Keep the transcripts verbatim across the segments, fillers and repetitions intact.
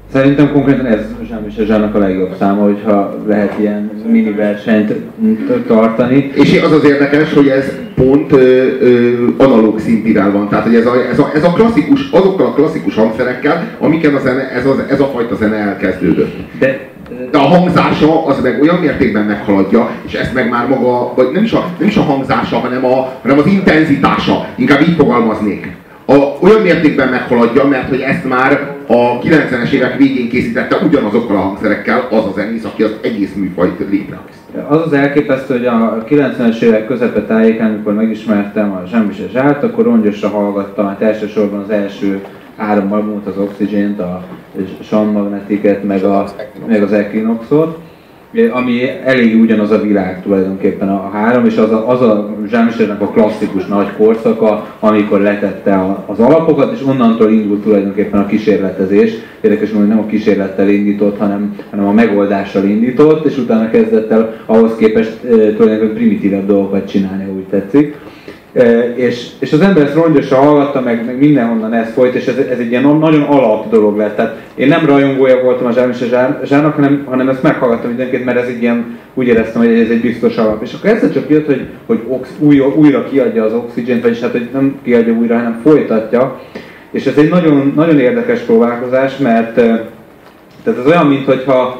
Szerintem konkrétan ez Jean-Michel Jarre-nak a legjobb száma, hogyha lehet ilyen mini versenyt tartani. És az az érdekes, hogy ez pont ö, ö, analóg szintivel van. Tehát hogy ez a, ez, a, ez a klasszikus, azokkal a klasszikus hangszerekkel, amiken a zene, ez, a, ez a fajta zene elkezdődött. De, De a hangzása az meg olyan mértékben meghaladja, és ezt meg már maga, vagy nem is a, nem is a hangzása, hanem, a, hanem az intenzitása, inkább így fogalmaznék. A, olyan mértékben meghaladja, mert hogy ezt már a kilencvenes évek végén készítette ugyanazokkal a hangszerekkel az a zenész, aki az egész műfajt létrehozta. Az az elképesztő, hogy a kilencvenes évek közepe tájékán, amikor megismertem a Jean-Michel Jarre-t, akkor rongyosra hallgattam, hát elsősorban az első három albumot, az Oxygent, a Sean Magnetic-et, meg, a, meg az Equinox-ot, ami elég ugyanaz a világ tulajdonképpen a három, és az a, az a Jean-Michel-nek a klasszikus nagy korszaka, amikor letette a, az alapokat, és onnantól indult tulajdonképpen a kísérletezés. Érdekes, hogy nem a kísérlettel indított, hanem, hanem a megoldással indított, és utána kezdett el ahhoz képest e, tulajdonképpen primitívebb dolgokat csinálni, úgy tetszik. E, és, és az ember ezt rongyosan hallgatta, meg, meg mindenhonnan ez folyt, és ez, ez egy ilyen nagyon alap dolog lett. Tehát én nem rajongója voltam a Jean-Michel Jarre-nak, hanem, hanem ezt meghallgattam mindenkit, mert ez egy ilyen, úgy éreztem, hogy ez egy biztos alap. És akkor egyszer csak jött, hogy, hogy ox, új, újra kiadja az Oxygent, vagyis hát, hogy nem kiadja újra, hanem folytatja. És ez egy nagyon, nagyon érdekes próbálkozás, mert tehát ez olyan, mintha,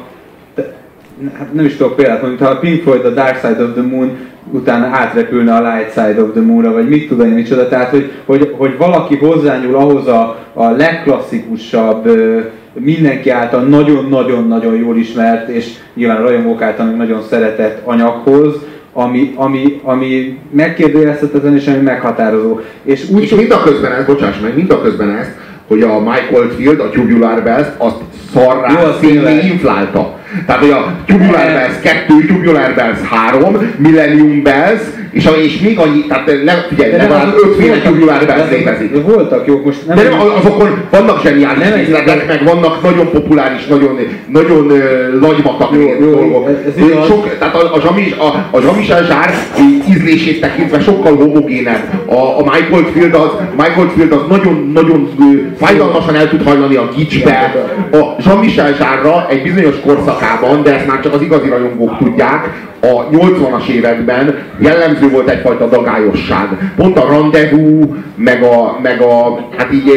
hát nem is tudok példát mondani, mintha a Pink Floyd a Dark Side of the Moon utána átrepülne a Light Side of the Moon-ra, vagy mit tudom én micsoda, tehát hogy, hogy, hogy valaki hozzányúl ahhoz a, a legklasszikusabb, mindenki által nagyon-nagyon-nagyon jól ismert, és nyilván a rajongók által nagyon szeretett anyaghoz, ami, ami, ami megkérdőjelezhetetlen és ami meghatározó. És, úgy és mindaközben ezt, bocsáss meg, mindaközben ezt, hogy a Mike Oldfield, a Tubular Bells, azt szarrá színné inflálta. Tehát, hogy a Tubular Bells kettő, Tubular Bells három, Millennium Bells, és, és még annyi, tehát le, figyelj, legalább ötféle Tubular Bells létezik. Voltak jók, most nem... De nem, azokon vannak zseniális részletek, meg vannak nagyon populáris, nagyon, nagyon uh, lagymatak dolgok. Sok, tehát a, a, a, a Jean-Michel Jarre ízlését tekintve sokkal homogénebb. A, a Mike Oldfield az, Mike Oldfield az nagyon, nagyon uh, fájdalmasan el tud hajlani a gicsbe. A Jean-Michel Jarre egy bizonyos korszakában, de ezt már csak az igazi rajongók tudják, a nyolcvanas években jellemző volt egyfajta dagályosság. Pont a Rendezvous, meg a, meg a hát így,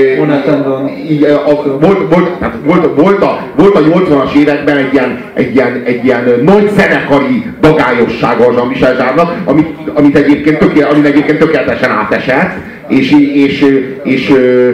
így a, volt, volt, tehát volt, volt, a, volt a nyolcvanas években egy ilyen, egy ilyen, egy ilyen nagy zenekari dagályossága a Jean-Michel Jarre-nak, amit, amit egyébként, tökéle, amit egyébként tökéletesen átesett, és, és, és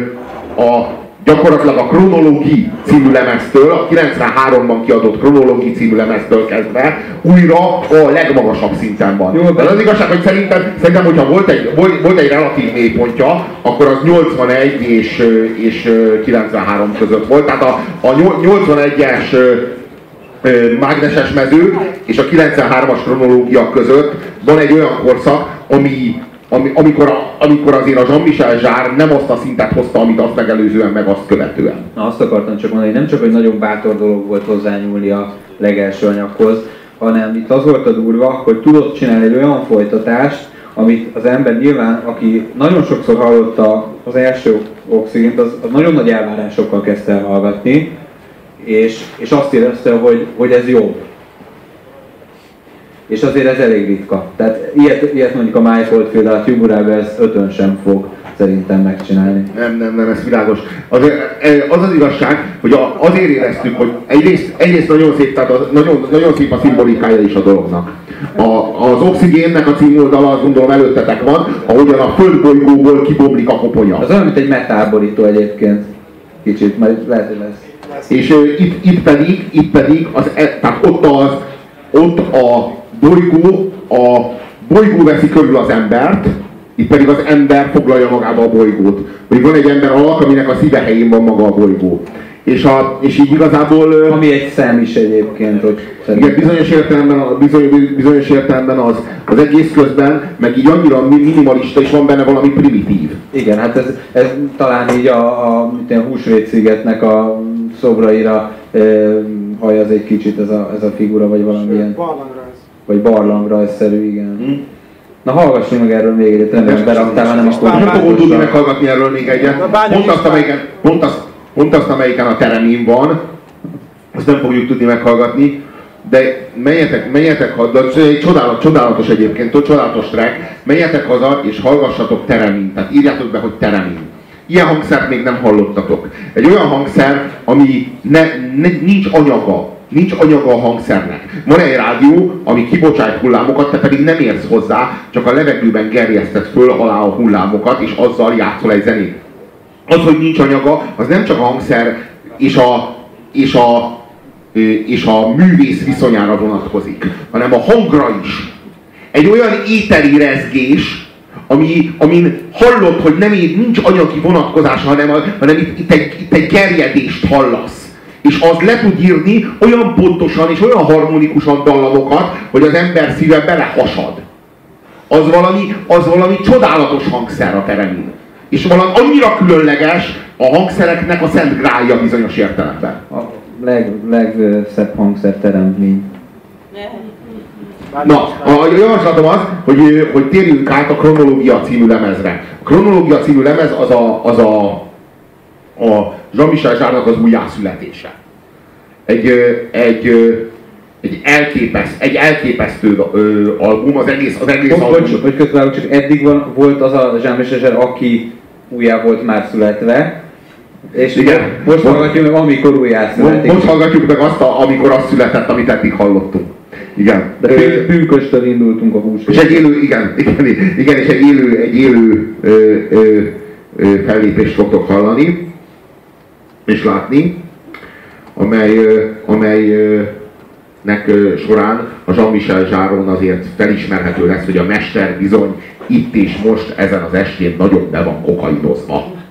a gyakorlatilag a Chronology című lemeztől, a kilencvenháromban kiadott Chronology című lemeztől kezdve újra a legmagasabb szinten van. Jó, de az igazság, hogy szerintem, szerintem hogyha volt egy, volt, volt egy relatív mélypontja, akkor az nyolcvanegy és, és kilencvenhárom között volt. Tehát a, a nyolcvanegyes mágneses mező és a kilencvenhármas kronológia között van egy olyan korszak, ami Ami, amikor, a, amikor azért a Jean-Michel Jarre nem azt a szintet hozta, amit azt megelőzően, meg azt követően. Na, azt akartam csak mondani, hogy nem csak egy nagyon bátor dolog volt hozzányúlni a legelső anyaghoz, hanem itt az volt a durva, hogy tudott csinálni egy olyan folytatást, amit az ember nyilván, aki nagyon sokszor hallotta az első Oxygent, az, az nagyon nagy elvárásokkal kezdte el hallgatni, és, és azt érezte, hogy, hogy ez jobb. És azért ez elég ritka. Tehát ilyet, ilyet mondjuk a Mike Oldfield, a Tubular Bells ötön sem fog szerintem megcsinálni. Nem, nem, nem, ez világos. Az az, az igazság, hogy a, azért éreztük, hogy egyrészt, egyrészt nagyon szép, tehát a, nagyon, nagyon szép a szimbolikája is a dolognak. A, az Oxygennek a címoldala, azt gondolom előttetek van, ahogyan a földbolygóból kibomlik a koponya. Az olyan, mint egy metálborító egyébként. Kicsit, majd lehet, hogy lesz. És uh, itt, itt pedig, itt pedig az, tehát ott, az, ott a bolygó, a bolygó veszi körül az embert, itt pedig az ember foglalja magába a bolygót. Vagy van egy ember alak, aminek a szíve helyén van maga a bolygó. És, a, és így igazából... Ami egy szem is egyébként. Hogy igen, bizonyos értelemben, bizony, bizonyos értelemben az, az egész közben, meg így annyira minimalista, és van benne valami primitív. Igen, hát ez, ez talán így a, a, a Húsvétszigetnek a szobraira e, hallja egy kicsit ez a, ez a figura, vagy valamilyen... Vagy barlangrajzszerű, igen. Hmm. Na hallgassunk meg erről még egyet, remélem beraktál, nem akkor... Nem fogod tudni meghallgatni erről még egyet. Pont azt, amelyiken, pont azt, pont azt, amelyiken a teremin van, azt nem fogjuk tudni meghallgatni, de menjetek, menjetek haza, csodálatos, csodálatos egyébként, csodálatos track, menjetek haza és hallgassatok Theremin, tehát írjátok be, hogy Theremin. Ilyen hangszert még nem hallottatok. Egy olyan hangszer, ami ne, ne, nincs anyaga, nincs anyaga a hangszernek. Van egy rádió, ami kibocsájt hullámokat, te pedig nem érsz hozzá, csak a levegőben gerjeszted föl alá a hullámokat, és azzal játszol egy zenét. Az, hogy nincs anyaga, az nem csak a hangszer és a, és a, és a művész viszonyára vonatkozik, hanem a hangra is. Egy olyan éteri rezgés, ami, amin hallod, hogy nem, nincs anyagi vonatkozása, hanem, hanem itt, itt, egy, itt egy gerjedést hallasz. És az le tud írni olyan pontosan és olyan harmonikusan dallamokat, hogy az ember szíve belehasad. Az valami, az valami csodálatos hangszer a Theremin. És valami annyira különleges a hangszereknek a szent grálja bizonyos értelemben. A leg, legszebb hangszer Theremin. Na, a javaslatom az, hogy, hogy térjünk át a Kronológia című lemezre. A Kronológia című lemez az a, az a, a Jean-Michel Jarre-nak az újjászületése. Egy, egy, egy, elképesz, egy elképesztő ö, album, az egész, az egész Bocs, album. Bocs, hogy közben csak eddig van, volt az a Jean-Michel Jarre, aki újjá volt már születve, és igen, most hallgatjuk meg, amikor újjá születik. Most hallgatjuk meg azt, a, amikor az született, amit eddig hallottunk. Igen. De pünkösttől indultunk a húsvét. És egy élő, igen, igen, igen, és egy élő, egy élő ö, ö, ö, fellépést fogtok hallani, és látni, amely, ö, amelynek ö, során a Jean-Michel Jarre-on azért felismerhető lesz, hogy a mester bizony itt és most ezen az estén nagyon be van kokainozva.